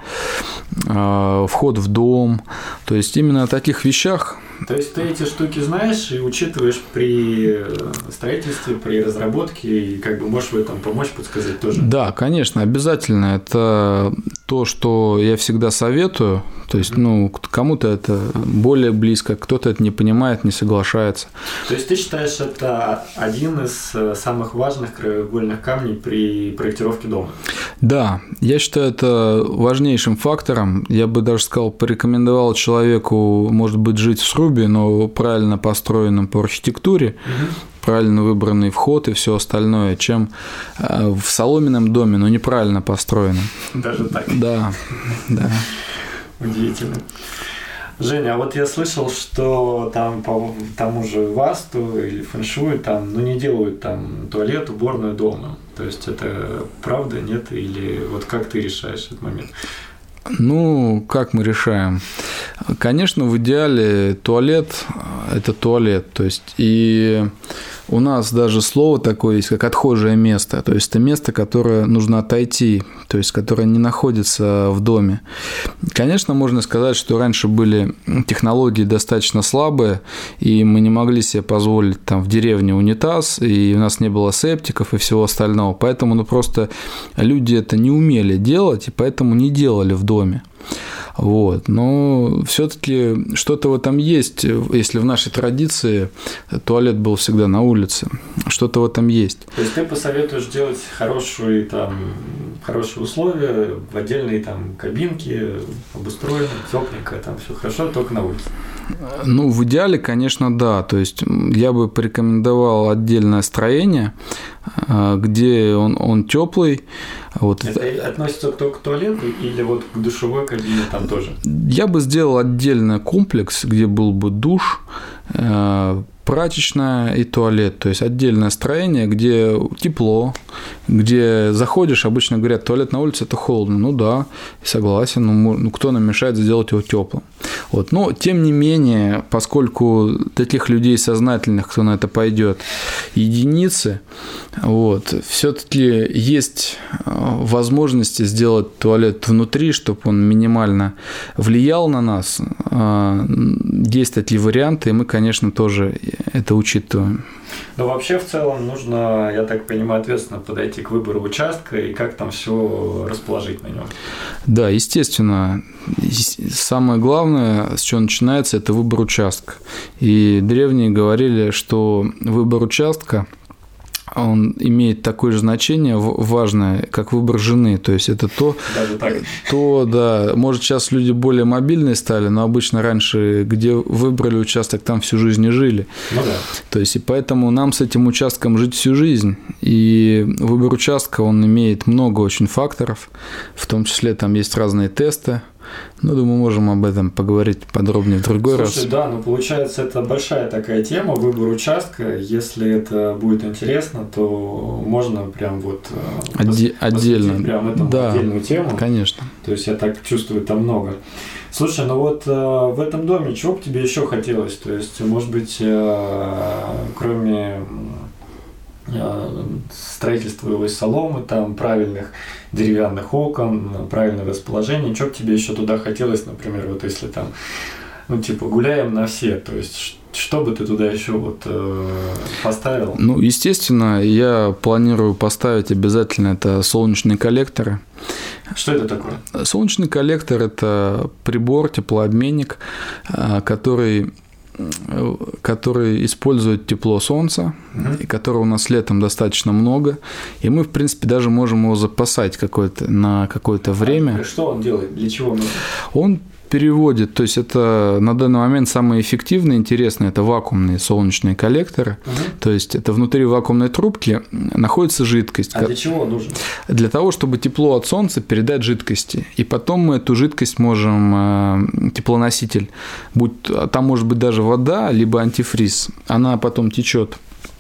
э, вход в дом. То есть, именно о таких вещах. То есть, ты эти штуки знаешь и учитываешь при строительстве, при разработке, и как бы можешь в этом помочь, подсказать тоже? Да, конечно, обязательно. Это то, что я всегда советую. То есть, ну, кому-то это более близко, кто-то это не понимает, не соглашается. То есть, ты считаешь, это один из самых важных краеугольных камней при проектировке дома? Да, я считаю это важнейшим фактором. Я бы даже сказал, порекомендовал человеку, может быть, жить в срубе, но правильно построенном по архитектуре, угу. правильно выбранный вход и все остальное, чем в соломенном доме, но неправильно построенном. Даже так? Да, да. Удивительно. Женя, а вот я слышал, что там по тому же васту или фэншуй там, ну, не делают там туалет, уборную дома. То есть это правда, нет? Или вот как ты решаешь этот момент? Ну, как мы решаем? Конечно, в идеале туалет – это туалет. То есть, и у нас даже слово такое есть, как отхожее место. То есть, это место, которое нужно отойти, то есть, которое не находится в доме. Конечно, можно сказать, что раньше были технологии достаточно слабые, и мы не могли себе позволить там в деревне унитаз, и у нас не было септиков и всего остального. Поэтому, ну, просто люди это не умели делать, и поэтому не делали в доме. Вот. Но все-таки что-то в этом есть, если в нашей традиции туалет был всегда на улице, что-то в этом есть. То есть ты посоветуешь делать хорошие, там, хорошие условия в отдельной там кабинке, обустроено, тепленько, там все хорошо, только на улице? Ну, в идеале, конечно, да. То есть я бы порекомендовал отдельное строение, где он, он теплый. Вот. Это относится только к туалету или вот к душевой кабине там тоже? Я бы сделал отдельный комплекс, где был бы душ, прачечная и туалет, то есть отдельное строение, где тепло, где заходишь, обычно говорят, туалет на улице – это холодно. Ну да, согласен, ну, ну кто нам мешает сделать его теплым? Вот. Но, тем не менее, поскольку таких людей сознательных, кто на это пойдет, единицы, вот, все-таки есть возможности сделать туалет внутри, чтобы он минимально влиял на нас. Есть такие варианты, и мы, конечно, тоже это учитываем. Но вообще в целом нужно, я так понимаю, ответственно подойти к выбору участка и как там все расположить на нем. Да, естественно. Самое главное, с чего начинается, это выбор участка. И древние говорили, что выбор участка, он имеет такое же значение важное, как выбор жены. То есть это то, Даже так. то, да, может, сейчас люди более мобильные стали, но обычно раньше, где выбрали участок, там всю жизнь и жили. Ну да. То есть и поэтому нам с этим участком жить всю жизнь. И выбор участка, он имеет много очень факторов, в том числе там есть разные тесты. Ну, думаю, можем об этом поговорить подробнее в другой Слушай, раз. Слушай, да, ну получается, это большая такая тема, выбор участка. Если это будет интересно, то можно прям вот Оде- отдельно прям этому да, отдельную тему. Конечно. То есть я так чувствую, там много. Слушай, ну вот в этом доме чего бы тебе еще хотелось? То есть, может быть, кроме строительства его из соломы, там правильных деревянных окон, правильное расположение, что бы тебе еще туда хотелось, например, вот если там ну, типа, гуляем на все, то есть, что бы ты туда еще вот э, поставил? Ну, естественно, я планирую поставить обязательно это солнечные коллекторы. Что это такое? Солнечный коллектор – это прибор, теплообменник, который, который использует тепло солнца, угу. и которого у нас летом достаточно много, и мы, в принципе, даже можем его запасать какое-то, на какое-то время. А что он делает? Для чего нужен? Он переводит, то есть это на данный момент самые эффективные, интересные, это вакуумные солнечные коллекторы, угу. то есть это внутри вакуумной трубки находится жидкость. А для чего он нужен? Для того, чтобы тепло от солнца передать жидкости, и потом мы эту жидкость можем, теплоноситель, будь, там может быть даже вода, либо антифриз, она потом течет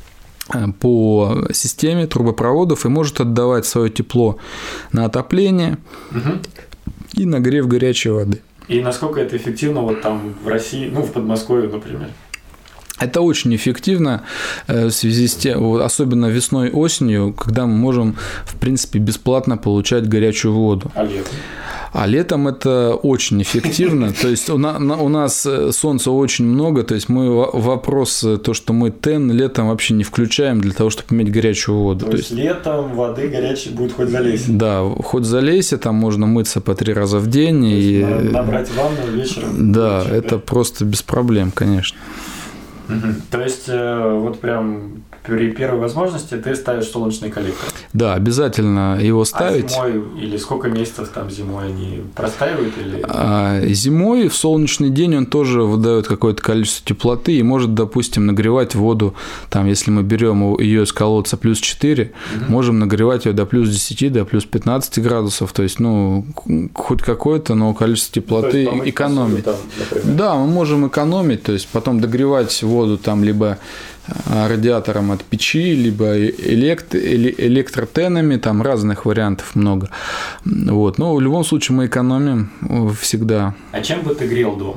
по системе трубопроводов и может отдавать свое тепло на отопление угу. и нагрев горячей воды. И насколько это эффективно вот там в России, ну, в Подмосковье, например? Это очень эффективно в связи с тем, особенно весной и осенью, когда мы можем, в принципе, бесплатно получать горячую воду. А летом? А летом это очень эффективно. То есть у нас солнца очень много, то есть мы вопрос, то, что мы тен летом вообще не включаем для того, чтобы иметь горячую воду. То, то есть летом воды горячей будет хоть залейся? Да, хоть залейся, там можно мыться по три раза в день. И... Набрать ванну вечером? Да, вечером, это да? Просто без проблем, конечно. Угу. То есть, вот прям при первой возможности ты ставишь солнечный коллектор? Да, обязательно его ставить. А зимой или сколько месяцев там зимой они простаивают? Или... А зимой в солнечный день он тоже выдает какое-то количество теплоты и может, допустим, нагревать воду. Там, если мы берем ее из колодца плюс четыре, угу. можем нагревать ее до плюс десяти, до плюс пятнадцати градусов. То есть, ну, хоть какое-то, но количество теплоты экономить. Там, да, мы можем экономить, то есть потом догревать воду там либо радиатором от печи, либо элект... электротенами, там разных вариантов много. Вот. Но в любом случае мы экономим всегда. А чем бы ты грел дом?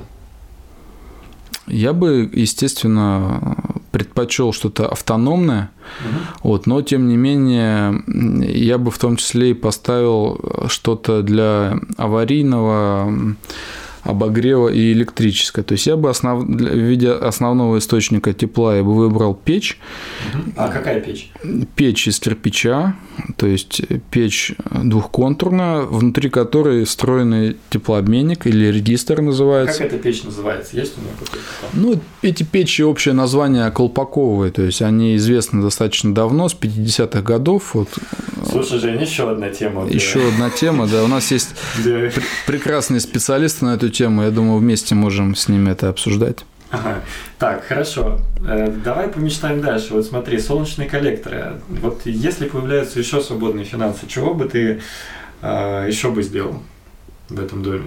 Я бы, естественно, предпочел что-то автономное, угу. вот, но тем не менее я бы в том числе и поставил что-то для аварийного обогрева и электрическое. То есть я бы основ... в виде основного источника тепла я бы выбрал печь. А какая печь? Печь из кирпича, то есть печь двухконтурная, внутри которой встроенный теплообменник или редистор называется. Как эта печь называется? Есть у нее какой-то? Ну, эти печи общее название колпаковые, то есть они известны достаточно давно, с пятидесятых годов. Вот. Слушай, Жень, еще одна тема. Да. Еще одна тема, да. У нас есть прекрасные специалисты на эту тему, я думаю, вместе можем с ними это обсуждать. Ага. Так, хорошо. Давай помечтаем дальше. Вот смотри, солнечные коллекторы. Вот если появляются еще свободные финансы, чего бы ты э, еще бы сделал в этом доме?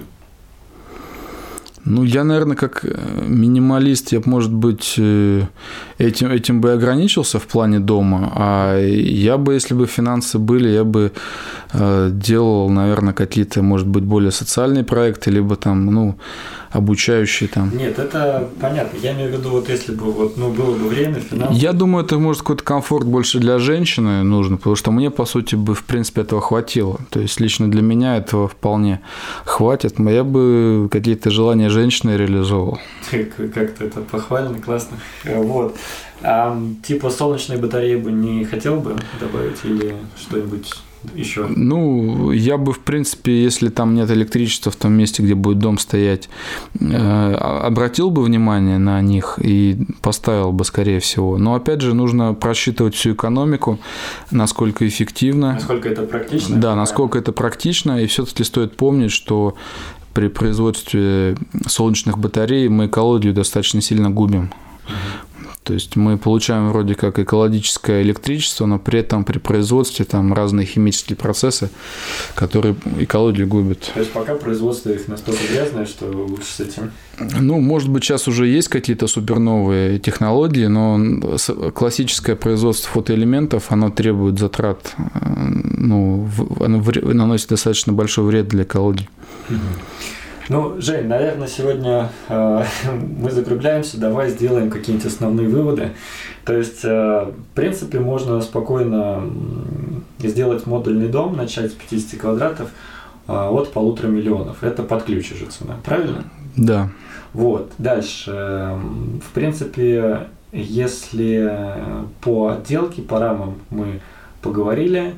Ну, я, наверное, как минималист, я, может быть, этим, этим бы ограничился в плане дома, а я бы, если бы финансы были, я бы делал, наверное, какие-то, может быть, более социальные проекты, либо там, ну, обучающие там. Нет, это понятно. Я имею в виду, вот если бы вот, ну, было бы время, финансы. Я думаю, это, может, какой-то комфорт больше для женщины нужен, потому что мне, по сути, бы, в принципе, этого хватило. То есть, лично для меня этого вполне хватит. Я бы какие-то желания женщины реализовал. Как-то это похвально, классно. Вот. А типа солнечные батареи бы не хотел бы добавить или что-нибудь еще? Ну, я бы, в принципе, если там нет электричества в том месте, где будет дом стоять, обратил бы внимание на них и поставил бы, скорее всего. Но, опять же, нужно просчитывать всю экономику, насколько эффективно. Насколько это практично. Да, насколько это практично. И все-таки стоит помнить, что при производстве солнечных батарей мы экологию достаточно сильно губим. То есть мы получаем вроде как экологическое электричество, но при этом при производстве там разные химические процессы, которые экологию губят. То есть пока производство их настолько грязное, что лучше с этим? Ну, может быть, сейчас уже есть какие-то суперновые технологии, но классическое производство фотоэлементов, оно требует затрат, ну, оно наносит достаточно большой вред для экологии. Ну, Жень, наверное, сегодня э, мы закругляемся, давай сделаем какие-нибудь основные выводы. То есть, э, в принципе, можно спокойно сделать модульный дом, начать с пятидесяти квадратов э, от полутора миллионов. Это под ключ уже цена, правильно? Да. Вот, дальше. В принципе, если по отделке, по рамам мы поговорили.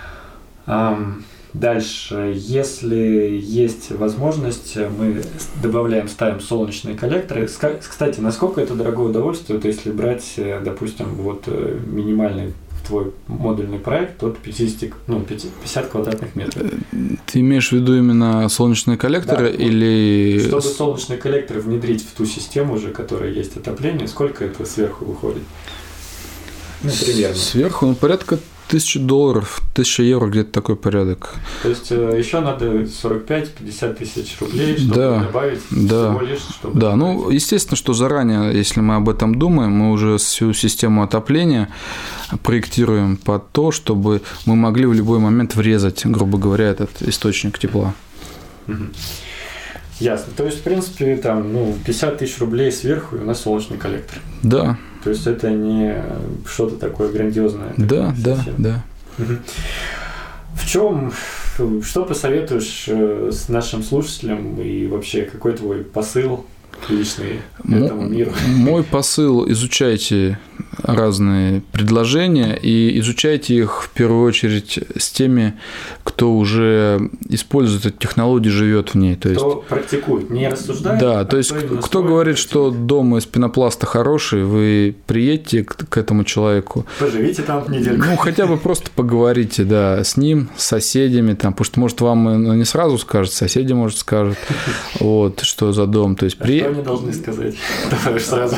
Дальше, если есть возможность, мы добавляем, ставим солнечные коллекторы. Кстати, насколько это дорогое удовольствие, вот если брать, допустим, вот минимальный твой модульный проект от пятьдесят, ну, пятьдесят квадратных метров. Ты имеешь в виду именно солнечные коллекторы, да, или... Чтобы солнечные коллекторы внедрить в ту систему уже, которая есть отопление, сколько это сверху выходит? Ну, примерно. Сверху, ну, порядка тысячи долларов, тысяча евро, где-то такой порядок. То есть еще надо сорок пять - пятьдесят тысяч рублей, чтобы да, добавить да, всего лишь, чтобы... Да, добавить. Ну, естественно, что заранее, если мы об этом думаем, мы уже всю систему отопления проектируем под то, чтобы мы могли в любой момент врезать, грубо говоря, этот источник тепла. Угу. Ясно. То есть, в принципе, там, ну, пятьдесят тысяч рублей сверху, и у нас солнечный коллектор. Да. То есть это не что-то такое грандиозное. Да, да, совсем. да. Угу. В чем, что посоветуешь с нашим слушателям и вообще какой твой посыл личный этому миру? Мой посыл: изучайте разные предложения и изучайте их в первую очередь с теми, кто уже использует эту технологию, живет в ней. То есть, кто практикует, не рассуждает. Да, а то есть кто, кто говорит, практикует. Что дом из пенопласта хороший, вы приедете к, к этому человеку. Поживите там недельку. Ну, хотя бы просто поговорите, да, с ним, с соседями, там, потому что, может, вам не сразу скажут, соседи, может, скажут, вот, что за дом. То есть, а при... что они должны сказать? Давай сразу.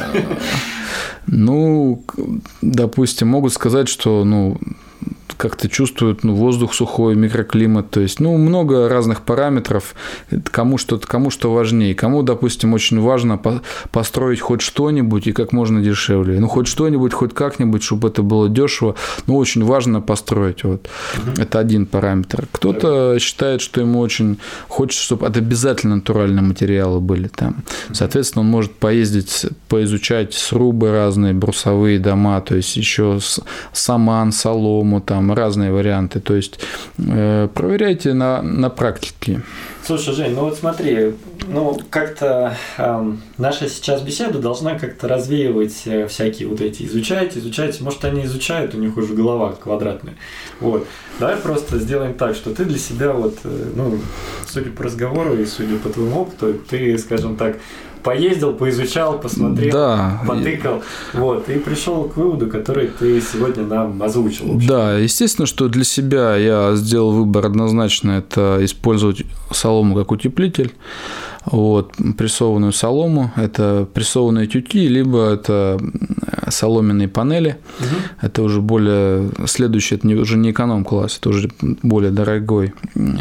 Ну, допустим, могут сказать, что, ну, как-то чувствуют, ну, воздух сухой, микроклимат, то есть, ну, много разных параметров, кому что, кому что важнее. Кому, допустим, очень важно построить хоть что-нибудь и как можно дешевле. Ну, хоть что-нибудь, хоть как-нибудь, чтобы это было дешево, но очень важно построить. Вот. Угу. Это один параметр. Кто-то да. считает, что ему очень хочется, чтобы это обязательно натуральные материалы были там. Соответственно, он может поездить, поизучать срубы разные, брусовые дома, то есть еще саман, солому, там, разные варианты, то есть э, проверяйте на, на практике. Слушай, Жень, ну вот смотри, ну как-то э, наша сейчас беседа должна как-то развеивать э, всякие вот эти изучайте, изучайте, может они изучают, у них уже голова квадратная, вот. Давай просто сделаем так, что ты для себя вот, э, ну, судя по разговору и судя по твоему опыту, ты, скажем так, поездил, поизучал, посмотрел, да. потыкал, вот, и пришел к выводу, который ты сегодня нам озвучил. Да, естественно, что для себя я сделал выбор однозначно, это использовать солому как утеплитель. Вот, прессованную солому, это прессованные тюки, либо это соломенные панели. Угу. Это уже более следующий, это уже не эконом-класс, это уже более дорогой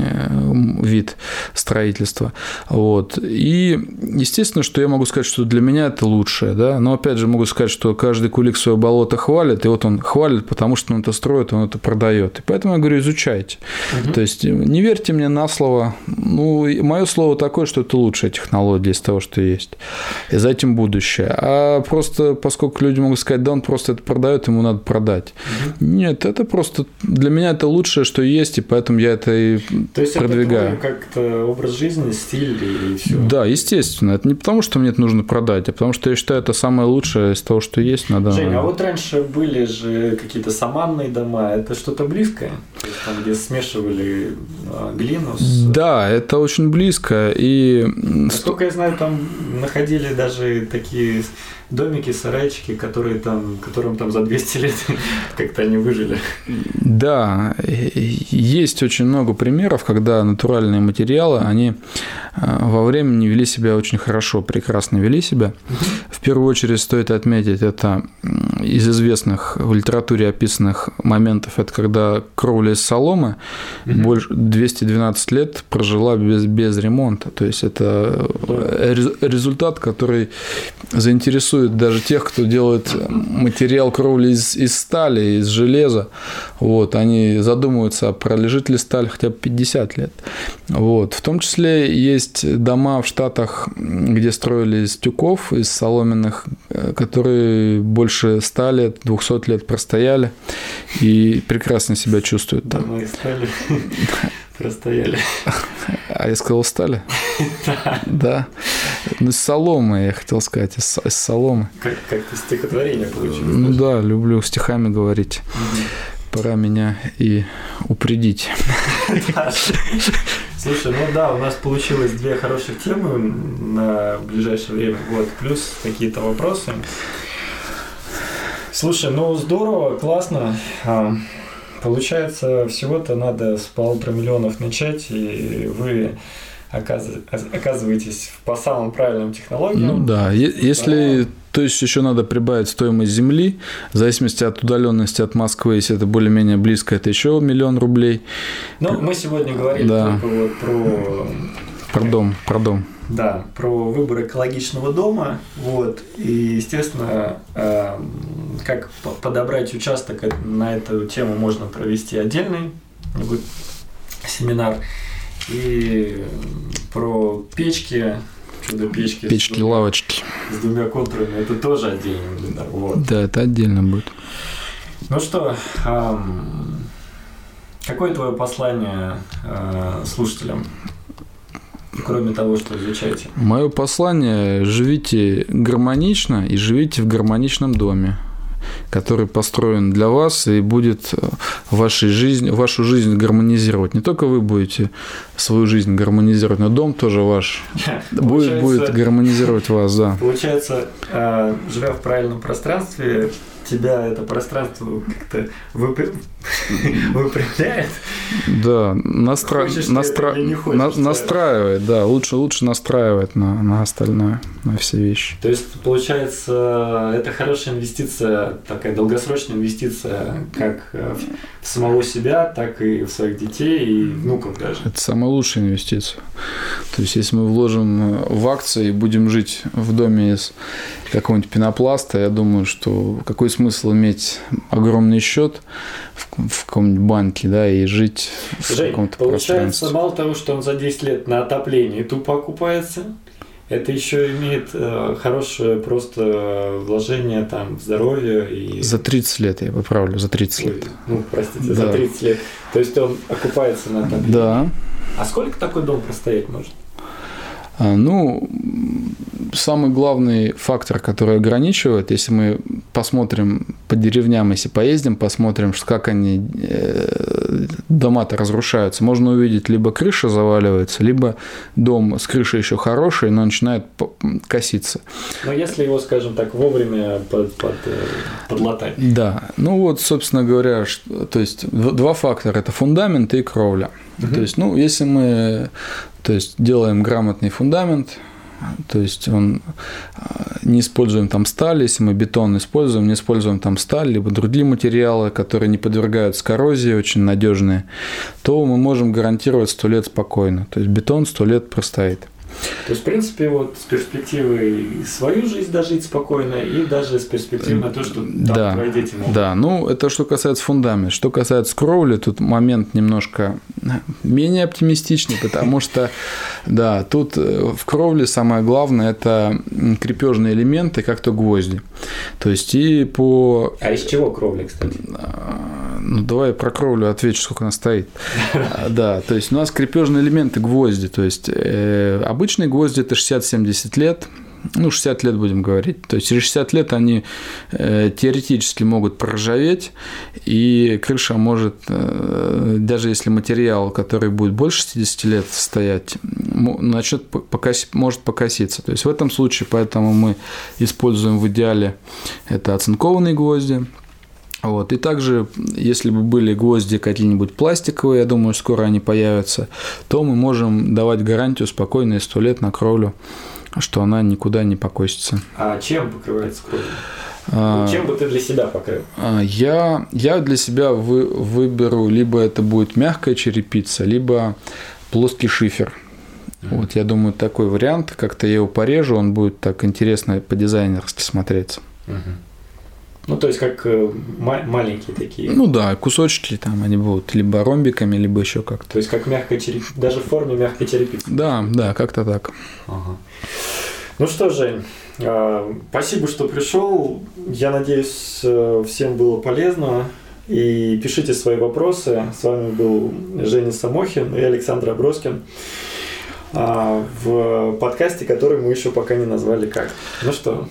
вид строительства. Вот. И естественно, что я могу сказать, что для меня это лучшее, да? Но опять же могу сказать, что каждый кулик свое болото хвалит, и вот он хвалит, потому что он это строит, он это продает. И поэтому я говорю, изучайте. Угу. То есть не верьте мне на слово. Ну, мое слово такое, что это лучшая технология из того, что есть. И за этим будущее. А просто, поскольку люди могут сказать, да, он просто это продает, ему надо продать. Угу. Нет, это просто для меня это лучшее, что есть, и поэтому я это и То есть продвигаю. Это твой как-то образ жизни, стиль и все. Да, естественно. Это не потому, что мне это нужно продать, а потому что я считаю, это самое лучшее из того, что есть. Надо... Жень, а вот раньше были же какие-то саманные дома. Это что-то близкое? То есть, там, где смешивали глину с... Да, это очень близко. И... Насколько я знаю, там находили даже такие домики, сарайчики, которые там, которым там за двести лет как-то они выжили. Да, есть очень много примеров, когда натуральные материалы, они во времени вели себя очень хорошо, прекрасно вели себя. В первую очередь стоит отметить, это из известных в литературе описанных моментов, это когда кровля из соломы угу. больше двести двенадцать лет прожила без, без ремонта. То есть это результат, который заинтересует даже тех, кто делает материал кровли из, из стали, из железа. Вот, они задумываются, пролежит ли сталь хотя бы пятьдесят лет. Вот. В том числе есть дома в Штатах, где строили из тюков, из соломенных, которые больше ста лет, двухсот лет простояли и прекрасно себя чувствуют. Дома из стали простояли. А я сказал стали? Да. Да. Ну, из соломы, я хотел сказать, из, из соломы. Как, как-то стихотворение получилось. Ну даже. Да, люблю стихами говорить. Угу. Пора меня и упредить. Слушай, ну да, у нас получилось две хороших темы на ближайшее время. Вот, плюс какие-то вопросы. Слушай, ну здорово, классно. Получается, всего-то надо с полутора миллионов начать, и вы оказываетесь по самым правильным технологиям. Ну да, если, да. То есть еще надо прибавить стоимость земли, в зависимости от удаленности от Москвы, если это более-менее близко, это еще миллион рублей. Ну, мы сегодня говорили да. только вот про... Про дом, про дом. Да, про выбор экологичного дома, вот, и, естественно, э, как подобрать участок на эту тему можно провести отдельный семинар, и про печки, чудо-печки. Печки-лавочки. С двумя контурами, это тоже отдельный вебинар, вот. Да, это отдельно будет. Ну что, э, какое твое послание э, слушателям? Кроме того, что изучаете. Мое послание – живите гармонично и живите в гармоничном доме, который построен для вас и будет вашей жизнь, вашу жизнь гармонизировать. Не только вы будете свою жизнь гармонизировать, но дом тоже ваш будет, будет гармонизировать вас. Да. Получается, живя в правильном пространстве, тебя это пространство как-то выпрямляет? Да, настра... настра... на... настраивает, да, лучше, лучше настраивает на, на остальное, на все вещи. То есть, получается, это хорошая инвестиция, такая долгосрочная инвестиция как в самого себя, так и в своих детей и внуков даже. Это самая лучшая инвестиция. То есть, если мы вложим в акции и будем жить в доме из какого-нибудь пенопласта, я думаю, что какой смысл иметь огромный счет в, в каком-нибудь банке, да, и жить в Жень, каком-то получается, пространстве. Мало того, что он за десять лет на отопление тупо окупается, это еще имеет э, хорошее просто вложение там, в здоровье. И... За тридцать лет, я поправлю, за тридцать Ой, лет. Ну, простите, да. за тридцать лет. То есть он окупается на отопление. Да. А сколько такой дом простоять может? Ну, самый главный фактор, который ограничивает, если мы посмотрим по деревням, если поездим, посмотрим, как они, дома-то разрушаются, можно увидеть, либо крыша заваливается, либо дом с крышей еще хороший, но начинает коситься. Но если его, скажем так, вовремя под, под, подлатать. Да, ну вот, собственно говоря, что, то есть два фактора – это фундамент и кровля. Uh-huh. То есть, ну, если мы, то есть, делаем грамотный фундамент, то есть он не используем там сталь, если мы бетон используем, не используем там сталь, либо другие материалы, которые не подвергаются коррозии, очень надежные, то мы можем гарантировать сто лет спокойно. То есть бетон сто лет простоит. То есть, в принципе, вот с перспективой свою жизнь дожить спокойно и даже с перспективой на то, что там да, твои дети могут. Да, ну это что касается фундамента. Что касается кровли, тут момент немножко менее оптимистичный, потому что, да, тут в кровле самое главное – это крепежные элементы, как то гвозди. То есть и по… А из чего кровля, кстати? Ну, давай про кровлю отвечу, сколько она стоит. Да, то есть у нас крепежные элементы гвозди, то есть обычные гвозди – это шестьдесят-семьдесят лет, ну, шестьдесят лет будем говорить. То есть через шестьдесят лет они э, теоретически могут проржаветь, и крыша может, э, даже если материал, который будет больше шестьдесят лет стоять, начнет покос... может покоситься. То есть в этом случае поэтому мы используем в идеале это оцинкованные гвозди. Вот. И также, если бы были гвозди какие-нибудь пластиковые, я думаю, скоро они появятся, то мы можем давать гарантию спокойно сто лет на кровлю, что она никуда не покосится. А чем покрывается кровля? А, чем бы ты для себя покрыл? Я, я для себя вы, выберу, либо это будет мягкая черепица, либо плоский шифер. Mm-hmm. Вот, я думаю, такой вариант, как-то я его порежу, он будет так интересно по-дизайнерски смотреться. Mm-hmm. Ну, то есть, как ма- маленькие такие. Ну да, кусочки там они будут либо ромбиками, либо еще как-то. То есть, как мягкая черепица, даже в форме мягкой черепицы. Да, да, как-то так. Ага. Ну что, Жень, спасибо, что пришел. Я надеюсь, всем было полезно. И пишите свои вопросы. С вами был Женя Самохин и Александр Аброскин. а, в подкасте, который мы еще пока не назвали как. Ну что,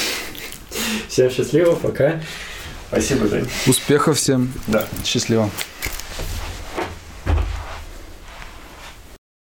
всем счастливо, пока. Спасибо, Жень. Успехов всем. Да. Счастливо.